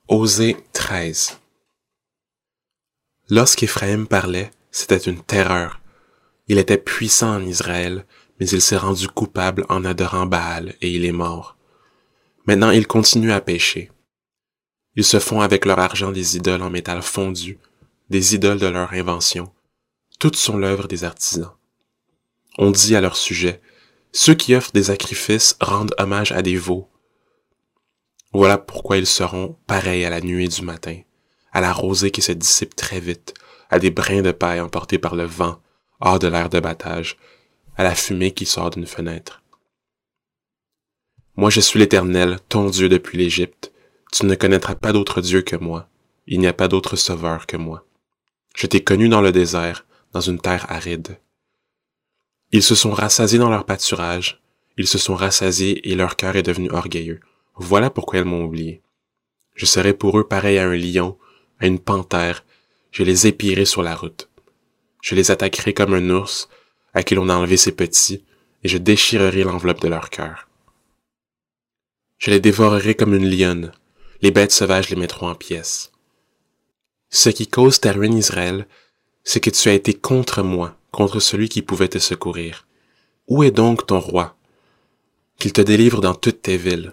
Osée 13. Lorsqu'Éphraïm parlait, c'était une terreur. Il était puissant en Israël, mais il s'est rendu coupable en adorant Baal et il est mort. Maintenant, ils continuent à pécher. Ils se font avec leur argent des idoles en métal fondu, des idoles de leur invention. Toutes sont l'œuvre des artisans. On dit à leur sujet, ceux qui offrent des sacrifices rendent hommage à des veaux. Voilà pourquoi ils seront pareils à la nuée du matin, à la rosée qui se dissipe très vite, à des brins de paille emportés par le vent, hors de l'air de battage, à la fumée qui sort d'une fenêtre. Moi je suis l'Éternel, ton Dieu depuis l'Égypte. Tu ne connaîtras pas d'autre Dieu que moi. Il n'y a pas d'autre sauveur que moi. Je t'ai connu dans le désert, dans une terre aride. Ils se sont rassasiés dans leur pâturage, ils se sont rassasiés et leur cœur est devenu orgueilleux. Voilà pourquoi ils m'ont oublié. Je serai pour eux pareil à un lion, à une panthère, je les épierai sur la route. Je les attaquerai comme un ours, à qui l'on a enlevé ses petits, et je déchirerai l'enveloppe de leur cœur. Je les dévorerai comme une lionne, les bêtes sauvages les mettront en pièces. Ce qui cause ta ruine, Israël, c'est que tu as été contre moi, contre celui qui pouvait te secourir. Où est donc ton roi? Qu'il te délivre dans toutes tes villes.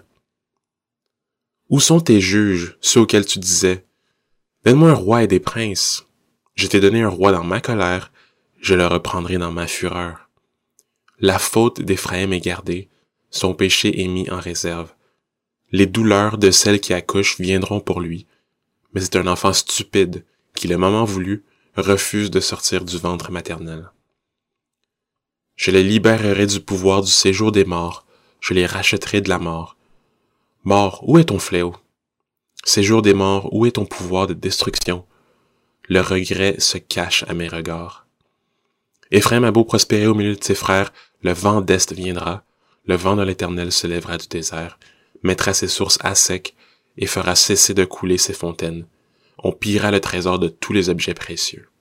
Où sont tes juges, ceux auxquels tu disais, « Donne-moi un roi et des princes. Je t'ai donné un roi dans ma colère, je le reprendrai dans ma fureur. » La faute d'Éphraïm est gardée, son péché est mis en réserve. Les douleurs de celle qui accouche viendront pour lui, mais c'est un enfant stupide qui, le moment voulu, refuse de sortir du ventre maternel. Je les libérerai du pouvoir du séjour des morts, je les rachèterai de la mort. Mort, où est ton fléau? Séjour des morts, où est ton pouvoir de destruction? Le regret se cache à mes regards. Éphraïm a beau prospérer au milieu de ses frères, le vent d'Est viendra, le vent de l'Éternel se lèvera du désert, mettra ses sources à sec et fera cesser de couler ses fontaines. On pillera le trésor de tous les objets précieux.